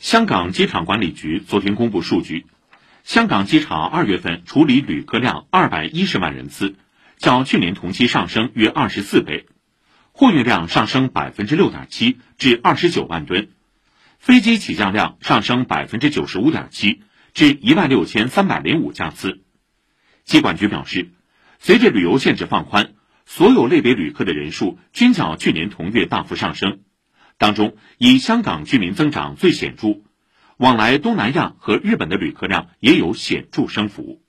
香港机场管理局昨天公布数据，香港机场2月份处理旅客量210万人次，较去年同期上升约24倍，货运量上升 6.7% 至29万吨，飞机起降量上升 95.7% 至16305架次。机管局表示，随着旅游限制放宽，所有类别旅客的人数均较去年同月大幅上升，当中以香港居民增长最显著，往来东南亚和日本的旅客量也有显著升幅。